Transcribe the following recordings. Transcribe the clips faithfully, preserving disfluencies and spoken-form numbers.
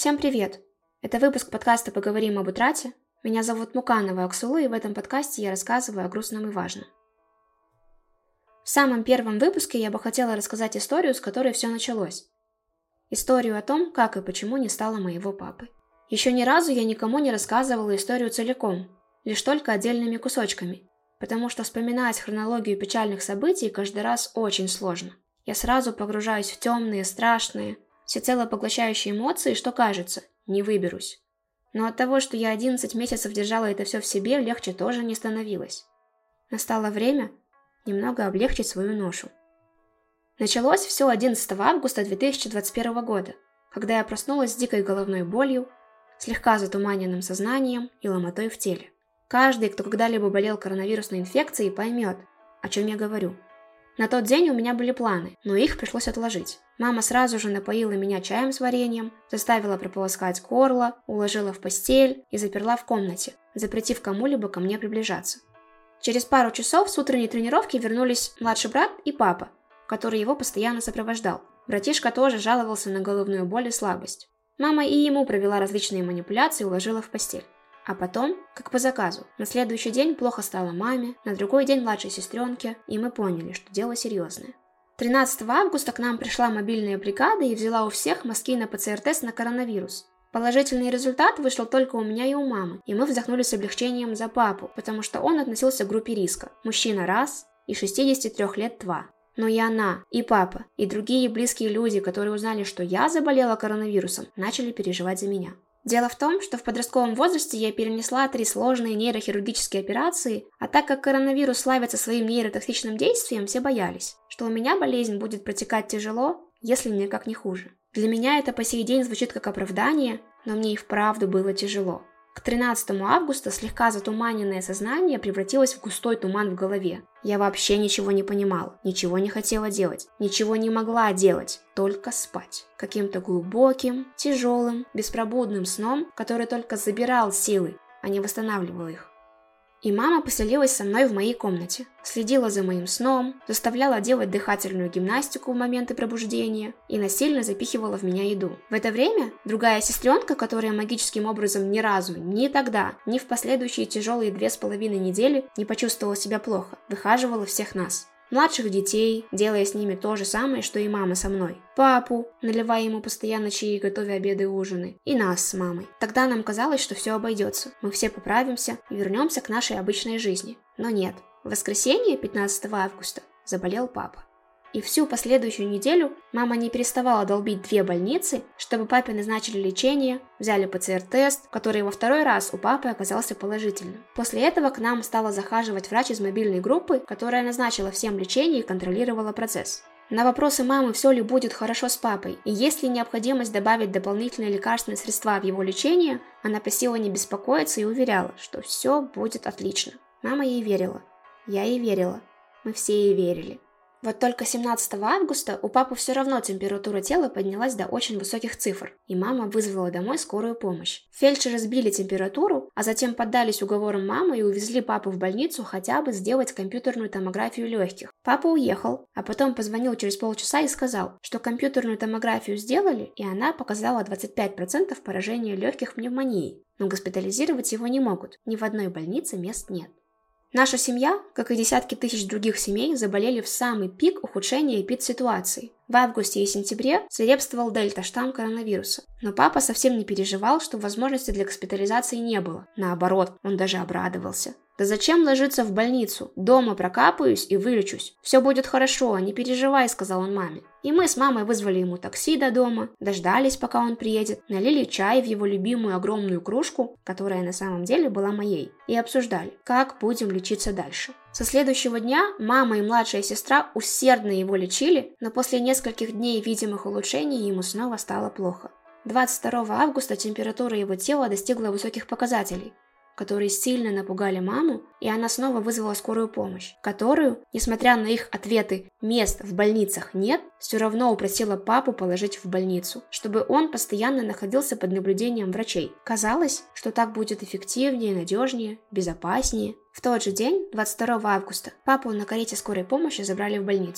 Всем привет! Это выпуск подкаста «Поговорим об утрате». Меня зовут Муканова Аксулу, и в этом подкасте я рассказываю о грустном и важном. В самом первом выпуске я бы хотела рассказать историю, с которой все началось. Историю о том, как и почему не стало моего папы. Еще ни разу я никому не рассказывала историю целиком, лишь только отдельными кусочками, потому что вспоминать хронологию печальных событий каждый раз очень сложно. Я сразу погружаюсь в темные, страшные, всецело поглощающие эмоции, что кажется, не выберусь. Но от того, что я одиннадцать месяцев держала это все в себе, легче тоже не становилось. Настало время немного облегчить свою ношу. Началось все одиннадцатого августа две тысячи двадцать первого года, когда я проснулась с дикой головной болью, слегка затуманенным сознанием и ломотой в теле. Каждый, кто когда-либо болел коронавирусной инфекцией, поймет, о чем я говорю. На тот день у меня были планы, но их пришлось отложить. Мама сразу же напоила меня чаем с вареньем, заставила прополоскать горло, уложила в постель и заперла в комнате, запретив кому-либо ко мне приближаться. Через пару часов с утренней тренировки вернулись младший брат и папа, который его постоянно сопровождал. Братишка тоже жаловался на головную боль и слабость. Мама и ему провела различные манипуляции и уложила в постель. А потом, как по заказу, на следующий день плохо стало маме, на другой день младшей сестренке, и мы поняли, что дело серьезное. тринадцатого августа к нам пришла мобильная бригада и взяла у всех мазки на ПЦР-тест на коронавирус. Положительный результат вышел только у меня и у мамы, и мы вздохнули с облегчением за папу, потому что он относился к группе риска. Мужчина раз и шестидесяти трёх лет два. Но и она, и папа, и другие близкие люди, которые узнали, что я заболела коронавирусом, начали переживать за меня. Дело в том, что в подростковом возрасте я перенесла три сложные нейрохирургические операции, а так как коронавирус славится своим нейротоксичным действием, все боялись, что у меня болезнь будет протекать тяжело, если никак не хуже. Для меня это по сей день звучит как оправдание, но мне и вправду было тяжело. К тринадцатому августа слегка затуманенное сознание превратилось в густой туман в голове. Я вообще ничего не понимала, ничего не хотела делать, ничего не могла делать, только спать. Каким-то глубоким, тяжелым, беспробудным сном, который только забирал силы, а не восстанавливал их. И мама поселилась со мной в моей комнате, следила за моим сном, заставляла делать дыхательную гимнастику в моменты пробуждения и насильно запихивала в меня еду. В это время другая сестренка, которая магическим образом ни разу, ни тогда, ни в последующие тяжелые две с половиной недели не почувствовала себя плохо, выхаживала всех нас. Младших детей, делая с ними то же самое, что и мама со мной. Папу, наливая ему постоянно чаи, готовя обеды и ужины. И нас с мамой. Тогда нам казалось, что все обойдется. Мы все поправимся и вернемся к нашей обычной жизни. Но нет. В воскресенье, пятнадцатого августа, заболел папа. И всю последующую неделю мама не переставала долбить две больницы, чтобы папе назначили лечение, взяли ПЦР-тест, который во второй раз у папы оказался положительным. После этого к нам стала захаживать врач из мобильной группы, которая назначила всем лечение и контролировала процесс. На вопросы мамы, все ли будет хорошо с папой, и есть ли необходимость добавить дополнительные лекарственные средства в его лечение, она просила не беспокоиться и уверяла, что все будет отлично. Мама ей верила. Я ей верила. Мы все ей верили. Вот только семнадцатого августа у папы все равно температура тела поднялась до очень высоких цифр, и мама вызвала домой скорую помощь. Фельдшеры сбили температуру, а затем поддались уговорам мамы и увезли папу в больницу хотя бы сделать компьютерную томографию легких. Папа уехал, а потом позвонил через полчаса и сказал, что компьютерную томографию сделали, и она показала двадцать пять процентов поражения легких пневмонией, но госпитализировать его не могут, ни в одной больнице мест нет. Наша семья, как и десятки тысяч других семей, заболели в самый пик ухудшения эпидситуации. В августе и сентябре свирепствовал дельта-штамм коронавируса. Но папа совсем не переживал, что возможности для госпитализации не было. Наоборот, он даже обрадовался. «Да зачем ложиться в больницу? Дома прокапаюсь и вылечусь. Все будет хорошо, не переживай», — сказал он маме. И мы с мамой вызвали ему такси до дома, дождались, пока он приедет, налили чай в его любимую огромную кружку, которая на самом деле была моей, и обсуждали, как будем лечиться дальше. Со следующего дня мама и младшая сестра усердно его лечили, но после нескольких дней видимых улучшений ему снова стало плохо. двадцать второго августа температура его тела достигла высоких показателей, которые сильно напугали маму, и она снова вызвала скорую помощь, которую, несмотря на их ответы «мест в больницах нет», все равно упросила папу положить в больницу, чтобы он постоянно находился под наблюдением врачей. Казалось, что так будет эффективнее, надежнее, безопаснее. В тот же день, двадцать второго августа, папу на карете скорой помощи забрали в больницу.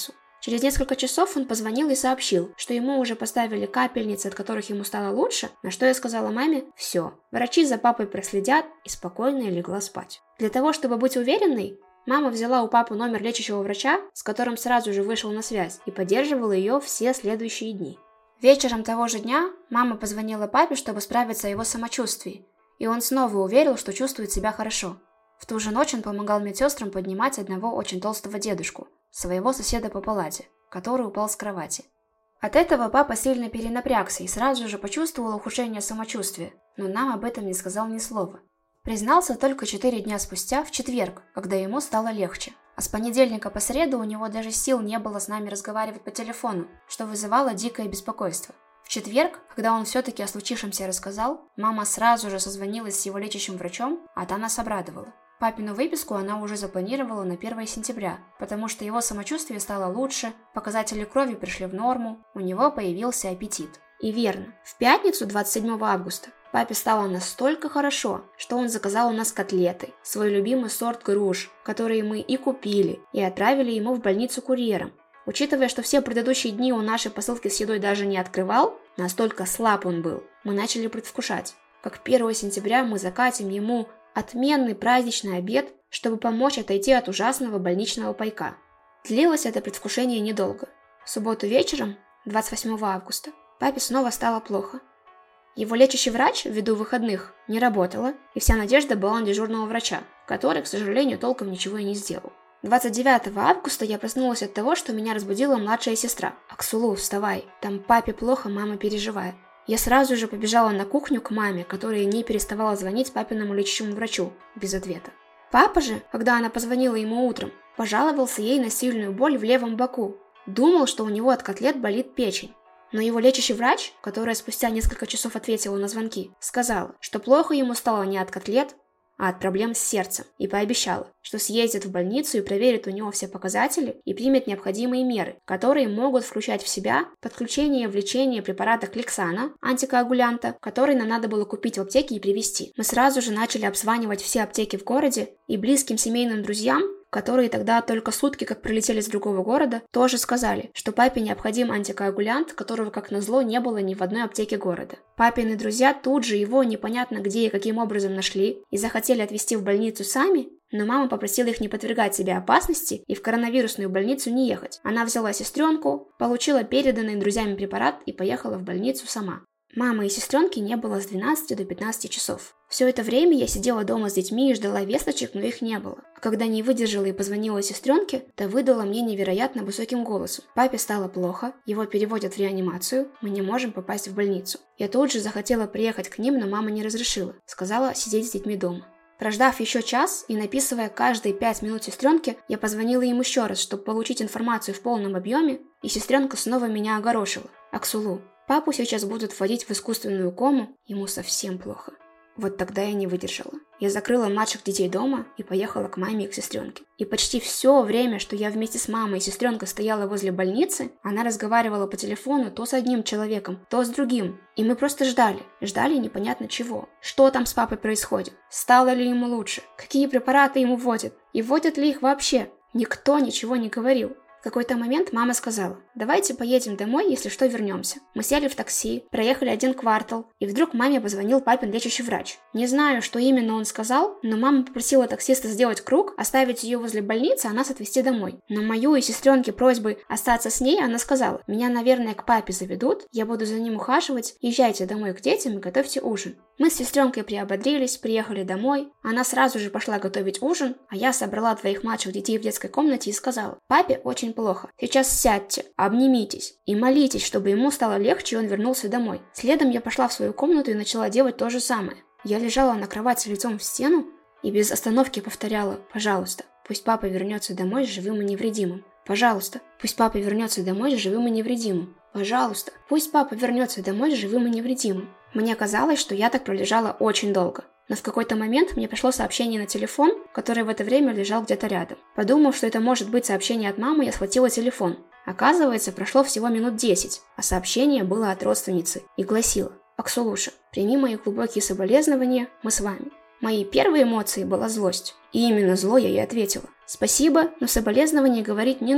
Через несколько часов он позвонил и сообщил, что ему уже поставили капельницы, от которых ему стало лучше, на что я сказала маме: «Все, врачи за папой проследят», и спокойно легла спать. Для того, чтобы быть уверенной, мама взяла у папы номер лечащего врача, с которым сразу же вышел на связь, и поддерживала ее все следующие дни. Вечером того же дня мама позвонила папе, чтобы справиться о его самочувствии, и он снова уверил, что чувствует себя хорошо. В ту же ночь он помогал медсестрам поднимать одного очень толстого дедушку, своего соседа по палате, который упал с кровати. От этого папа сильно перенапрягся и сразу же почувствовал ухудшение самочувствия, но нам об этом не сказал ни слова. Признался только четыре дня спустя, в четверг, когда ему стало легче. А с понедельника по среду у него даже сил не было с нами разговаривать по телефону, что вызывало дикое беспокойство. В четверг, когда он все-таки о случившемся рассказал, мама сразу же созвонилась с его лечащим врачом, а та нас обрадовала. Папину выписку она уже запланировала на первое сентября, потому что его самочувствие стало лучше, показатели крови пришли в норму, у него появился аппетит. И верно, в пятницу двадцать седьмого августа папе стало настолько хорошо, что он заказал у нас котлеты, свой любимый сорт груш, которые мы и купили, и отправили ему в больницу курьером. Учитывая, что все предыдущие дни он наши посылки с едой даже не открывал, настолько слаб он был, мы начали предвкушать, как первого сентября мы закатим ему отменный праздничный обед, чтобы помочь отойти от ужасного больничного пайка. Длилось это предвкушение недолго. В субботу вечером, двадцать восьмого августа, папе снова стало плохо. Его лечащий врач, ввиду выходных, не работала, и вся надежда была на дежурного врача, который, к сожалению, толком ничего и не сделал. двадцать девятого августа я проснулась от того, что меня разбудила младшая сестра. «Аксулу, вставай, там папе плохо, мама переживает». Я сразу же побежала на кухню к маме, которая не переставала звонить папиному лечащему врачу, без ответа. Папа же, когда она позвонила ему утром, пожаловался ей на сильную боль в левом боку. Думал, что у него от котлет болит печень. Но его лечащий врач, которая спустя несколько часов ответила на звонки, сказала, что плохо ему стало не от котлет, а от проблем с сердцем, и пообещала, что съездит в больницу и проверит у него все показатели и примет необходимые меры, которые могут включать в себя подключение в лечение препарата Клексана, антикоагулянта, который нам надо было купить в аптеке и привезти. Мы сразу же начали обзванивать все аптеки в городе, и близким семейным друзьям, которые тогда только сутки как прилетели с другого города, тоже сказали, что папе необходим антикоагулянт, которого, как назло, не было ни в одной аптеке города. Папины друзья тут же его непонятно где и каким образом нашли и захотели отвезти в больницу сами, но мама попросила их не подвергать себе опасности и в коронавирусную больницу не ехать. Она взяла сестренку, получила переданный друзьями препарат и поехала в больницу сама. Мамы и сестренки не было с двенадцати до пятнадцати часов. Все это время я сидела дома с детьми и ждала весточек, но их не было. А когда не выдержала и позвонила сестренке, то выдала мне невероятно высоким голосом. Папе стало плохо, его переводят в реанимацию, мы не можем попасть в больницу. Я тут же захотела приехать к ним, но мама не разрешила. Сказала сидеть с детьми дома. Прождав еще час и написывая каждые пять минут сестренке, я позвонила им еще раз, чтобы получить информацию в полном объеме, и сестренка снова меня огорошила. «Аксулу, папу сейчас будут вводить в искусственную кому, ему совсем плохо». Вот тогда я не выдержала. Я закрыла младших детей дома и поехала к маме и к сестренке. И почти все время, что я вместе с мамой и сестренкой стояла возле больницы, она разговаривала по телефону то с одним человеком, то с другим. И мы просто ждали. Ждали непонятно чего. Что там с папой происходит? Стало ли ему лучше? Какие препараты ему вводят? И вводят ли их вообще? Никто ничего не говорил. В какой-то момент мама сказала: «Давайте поедем домой, если что, вернемся». Мы сели в такси, проехали один квартал, и вдруг маме позвонил папин лечащий врач. Не знаю, что именно он сказал, но мама попросила таксиста сделать круг, оставить ее возле больницы, а нас отвезти домой. На мою и сестренке просьбы остаться с ней она сказала: «Меня, наверное, к папе заведут, я буду за ним ухаживать, езжайте домой к детям и готовьте ужин». Мы с сестренкой приободрились, приехали домой, она сразу же пошла готовить ужин, а я собрала двоих младших детей в детской комнате и сказала: «Папе очень плохо, сейчас сядьте, обнимитесь и молитесь, чтобы ему стало легче и он вернулся домой». Следом я пошла в свою комнату и начала делать то же самое. Я лежала на кровати лицом в стену и без остановки повторяла: «Пожалуйста, пусть папа вернется домой живым и невредимым. Пожалуйста, пусть папа вернется домой живым и невредимым. Пожалуйста, пусть папа вернется домой живым и невредимым». Мне казалось, что я так пролежала очень долго. Но в какой-то момент мне пришло сообщение на телефон, который в это время лежал где-то рядом. Подумав, что это может быть сообщение от мамы, я схватила телефон. Оказывается, прошло всего минут десять, а сообщение было от родственницы и гласило: «Аксулуша, прими мои глубокие соболезнования, мы с вами». Моей первой эмоцией была злость. И именно зло я ей ответила: «Спасибо, но соболезнования говорить не нужно.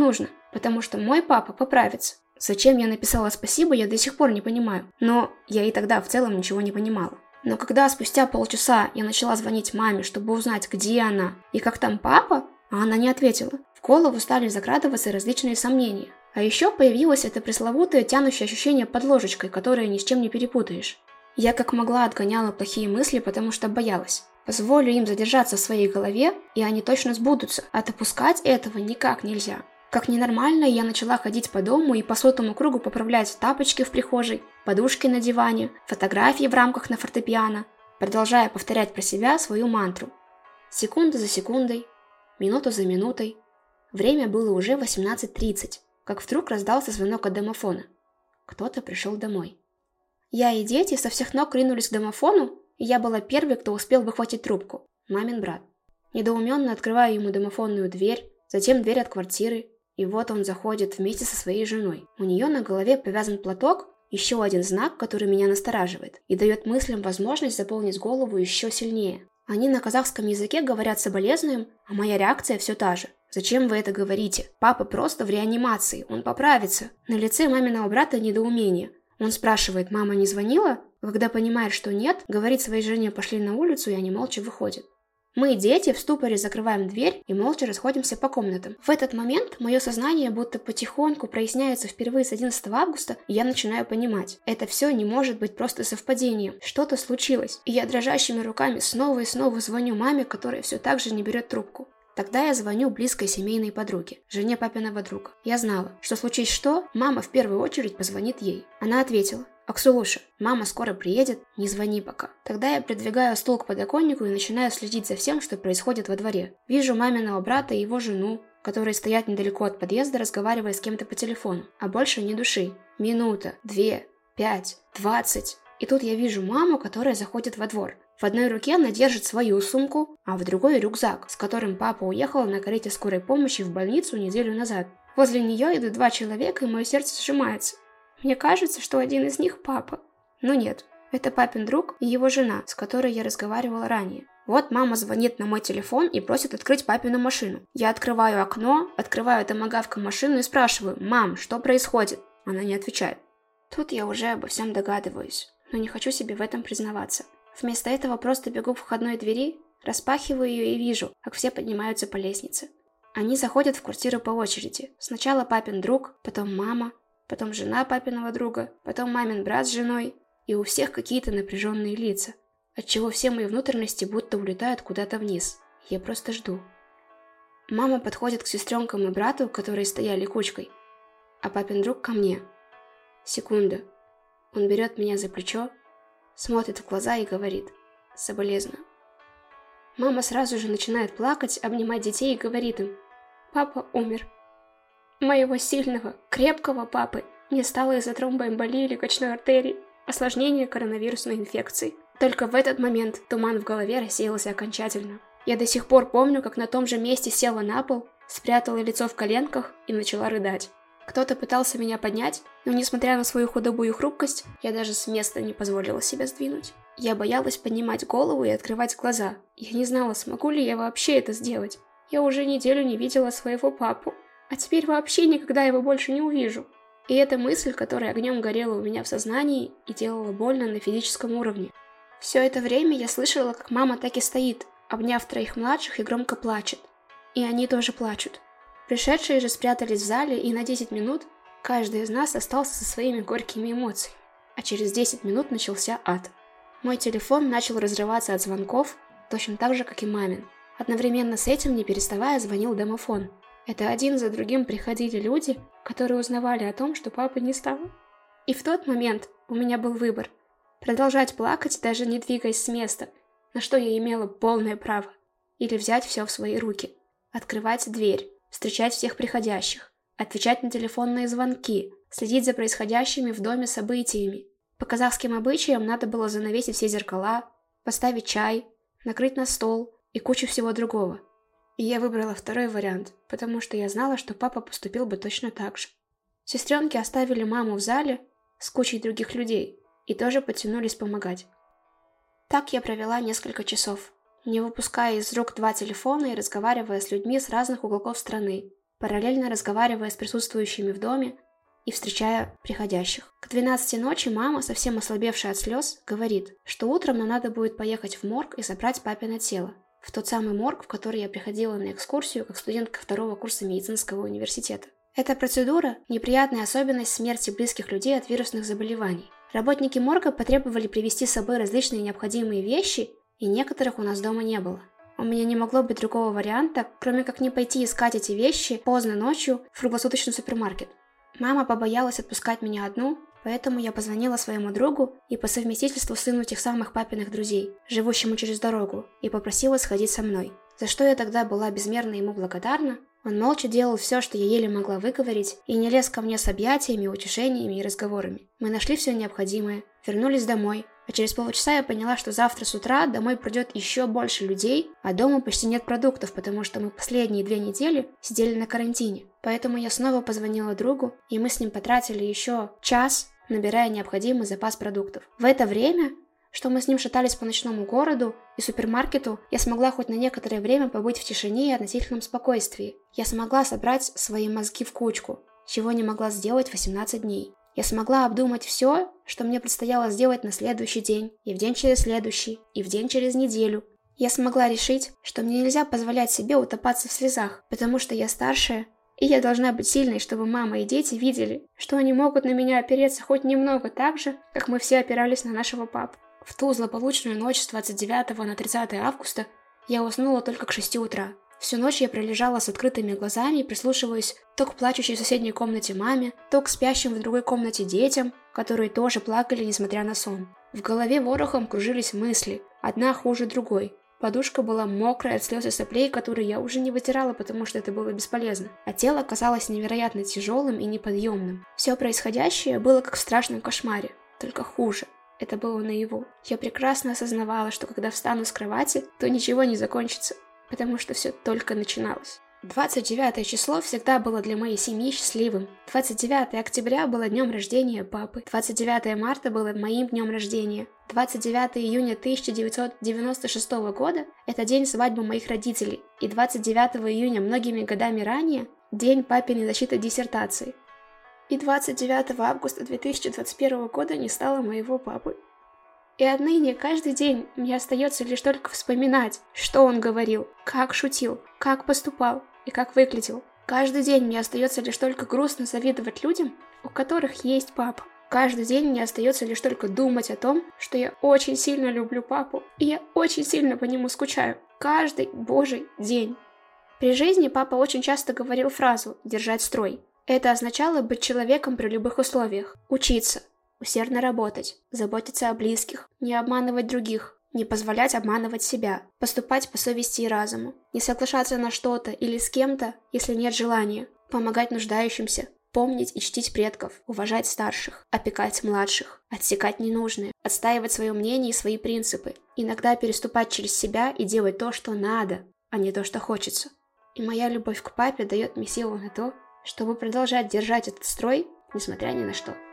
потому что мой папа поправится. Зачем я написала спасибо, я до сих пор не понимаю, но я и тогда в целом ничего не понимала. Но когда спустя полчаса я начала звонить маме, чтобы узнать, где она и как там папа, а она не ответила, в голову стали закрадываться различные сомнения. А еще появилось это пресловутое тянущее ощущение под ложечкой, которое ни с чем не перепутаешь. Я как могла отгоняла плохие мысли, потому что боялась. Позволю им задержаться в своей голове, и они точно сбудутся, а допускать этого никак нельзя. Как ненормальная, я начала ходить по дому и по сотому кругу поправлять тапочки в прихожей, подушки на диване, фотографии в рамках на фортепиано, продолжая повторять про себя свою мантру. Секунда за секундой, минуту за минутой. Время было уже восемнадцать тридцать, как вдруг раздался звонок от домофона. Кто-то пришел домой. Я и дети со всех ног ринулись к домофону, и я была первой, кто успел выхватить трубку. Мамин брат. Недоуменно открываю ему домофонную дверь, затем дверь от квартиры, и вот он заходит вместе со своей женой. У нее на голове повязан платок, еще один знак, который меня настораживает, и дает мыслям возможность заполнить голову еще сильнее. Они на казахском языке говорят соболезнуем, а моя реакция все та же. «Зачем вы это говорите? Папа просто в реанимации, он поправится». На лице маминого брата недоумение. Он спрашивает, мама не звонила? Когда понимает, что нет, говорит своей жене пошли на улицу, и они молча выходят. Мы, дети, в ступоре закрываем дверь и молча расходимся по комнатам. В этот момент мое сознание будто потихоньку проясняется впервые с одиннадцатого августа, и я начинаю понимать. Это все не может быть просто совпадением. Что-то случилось. И я дрожащими руками снова и снова звоню маме, которая все так же не берет трубку. Тогда я звоню близкой семейной подруге, жене папиного друга. Я знала, что случись что, мама в первую очередь позвонит ей. Она ответила: «Аксулуша, мама скоро приедет, не звони пока». Тогда я придвигаю стул к подоконнику и начинаю следить за всем, что происходит во дворе. Вижу маминого брата и его жену, которые стоят недалеко от подъезда, разговаривая с кем-то по телефону. А больше ни души. Минута, две, пять, двадцать. И тут я вижу маму, которая заходит во двор. В одной руке она держит свою сумку, а в другой рюкзак, с которым папа уехал на карете скорой помощи в больницу неделю назад. Возле нее идут два человека, и мое сердце сжимается. Мне кажется, что один из них папа. Но нет, это папин друг и его жена, с которой я разговаривала ранее. Вот мама звонит на мой телефон и просит открыть папину машину. Я открываю окно, открываю томагавком машину и спрашиваю: «Мам, что происходит?» Она не отвечает. Тут я уже обо всем догадываюсь, но не хочу себе в этом признаваться. Вместо этого просто бегу к входной двери, распахиваю ее и вижу, как все поднимаются по лестнице. Они заходят в квартиру по очереди. Сначала папин друг, потом мама, потом жена папиного друга, потом мамин брат с женой. И у всех какие-то напряженные лица, отчего все мои внутренности будто улетают куда-то вниз. Я просто жду. Мама подходит к сестренкам и брату, которые стояли кучкой, а папин друг ко мне. Секунда. Он берет меня за плечо, смотрит в глаза и говорит: «Соболезную». Мама сразу же начинает плакать, обнимать детей и говорит им: «Папа умер. Моего сильного, крепкого папы не стало из-за тромбоэмболии легочной артерии, осложнения коронавирусной инфекции». Только в этот момент туман в голове рассеялся окончательно. Я до сих пор помню, как на том же месте села на пол, спрятала лицо в коленках и начала рыдать. Кто-то пытался меня поднять, но, несмотря на свою худобу и хрупкость, я даже с места не позволила себя сдвинуть. Я боялась поднимать голову и открывать глаза. Я не знала, смогу ли я вообще это сделать. Я уже неделю не видела своего папу, а теперь вообще никогда его больше не увижу. И эта мысль, которая огнем горела у меня в сознании и делала больно на физическом уровне. Все это время я слышала, как мама так и стоит, обняв троих младших, и громко плачет. И они тоже плачут. Пришедшие же спрятались в зале, и на десять минут каждый из нас остался со своими горькими эмоциями. А через десять минут начался ад. Мой телефон начал разрываться от звонков, точно так же, как и мамин. Одновременно с этим, не переставая, звонил домофон. Это один за другим приходили люди, которые узнавали о том, что папы не стало. И в тот момент у меня был выбор: продолжать плакать, даже не двигаясь с места, на что я имела полное право, или взять все в свои руки, открывать дверь, встречать всех приходящих, отвечать на телефонные звонки, следить за происходящими в доме событиями. По казахским обычаям надо было занавесить все зеркала, поставить чай, накрыть на стол и кучу всего другого. И я выбрала второй вариант, потому что я знала, что папа поступил бы точно так же. Сестренки оставили маму в зале с кучей других людей и тоже потянулись помогать. Так я провела несколько часов, не выпуская из рук два телефона и разговаривая с людьми с разных уголков страны. параллельно разговаривая с присутствующими в доме и встречая приходящих. К двенадцати ночи мама, совсем ослабевшая от слез, говорит, что утром нам надо будет поехать в морг и забрать папино тело. В тот самый морг, в который я приходила на экскурсию как студентка второго курса медицинского университета. Эта процедура – неприятная особенность смерти близких людей от вирусных заболеваний. Работники морга потребовали привезти с собой различные необходимые вещи, и некоторых у нас дома не было. У меня не могло быть другого варианта, кроме как не пойти искать эти вещи поздно ночью в круглосуточный супермаркет. Мама побоялась отпускать меня одну, поэтому я позвонила своему другу и по совместительству сыну тех самых папиных друзей, живущему через дорогу, и попросила сходить со мной. За что я тогда была безмерно ему благодарна. Он молча делал все, что я еле могла выговорить, и не лез ко мне с объятиями, утешениями и разговорами. Мы нашли все необходимое, вернулись домой, а через полчаса я поняла, что завтра с утра домой придет еще больше людей, а дома почти нет продуктов, потому что мы последние две недели сидели на карантине. Поэтому я снова позвонила другу, и мы с ним потратили еще час, набирая необходимый запас продуктов. В это время, что мы с ним шатались по ночному городу и супермаркету, я смогла хоть на некоторое время побыть в тишине и относительном спокойствии. Я смогла собрать свои мозги в кучку, чего не могла сделать восемнадцать дней. Я смогла обдумать все, что мне предстояло сделать на следующий день, и в день через следующий, и в день через неделю. Я смогла решить, что мне нельзя позволять себе утопаться в слезах, потому что я старшая, и я должна быть сильной, чтобы мама и дети видели, что они могут на меня опереться хоть немного так же, как мы все опирались на нашего папу. В ту злополучную ночь с двадцать девятого на тридцатое августа я уснула только к шести утра. Всю ночь я пролежала с открытыми глазами, прислушиваясь то к плачущей в соседней комнате маме, то к спящим в другой комнате детям, которые тоже плакали, несмотря на сон. В голове ворохом кружились мысли, одна хуже другой. Подушка была мокрая от слез и соплей, которые я уже не вытирала, потому что это было бесполезно. А тело казалось невероятно тяжелым и неподъемным. Все происходящее было как в страшном кошмаре, только хуже. Это было наяву. Я прекрасно осознавала, что когда встану с кровати, то ничего не закончится, потому что все только начиналось. двадцать девятое число всегда было для моей семьи счастливым. двадцать девятое октября было днем рождения папы. двадцать девятое марта было моим днем рождения. двадцать девятое июня тысяча девятьсот девяносто шестого года – это день свадьбы моих родителей. И двадцать девятого июня многими годами ранее – день папиной защиты диссертации. И двадцать девятого августа две тысячи двадцать первого года не стало моего папы. И отныне каждый день мне остается лишь только вспоминать, что он говорил, как шутил, как поступал и как выглядел. Каждый день мне остается лишь только грустно завидовать людям, у которых есть папа. Каждый день мне остается лишь только думать о том, что я очень сильно люблю папу, и я очень сильно по нему скучаю. Каждый божий день. При жизни папа очень часто говорил фразу «держать строй». Это означало быть человеком при любых условиях, учиться, усердно работать, заботиться о близких, не обманывать других, не позволять обманывать себя, поступать по совести и разуму, не соглашаться на что-то или с кем-то, если нет желания, помогать нуждающимся, помнить и чтить предков, уважать старших, опекать младших, отсекать ненужное, отстаивать свое мнение и свои принципы, иногда переступать через себя и делать то, что надо, а не то, что хочется. И моя любовь к папе дает мне силу на то, чтобы продолжать держать этот строй, несмотря ни на что.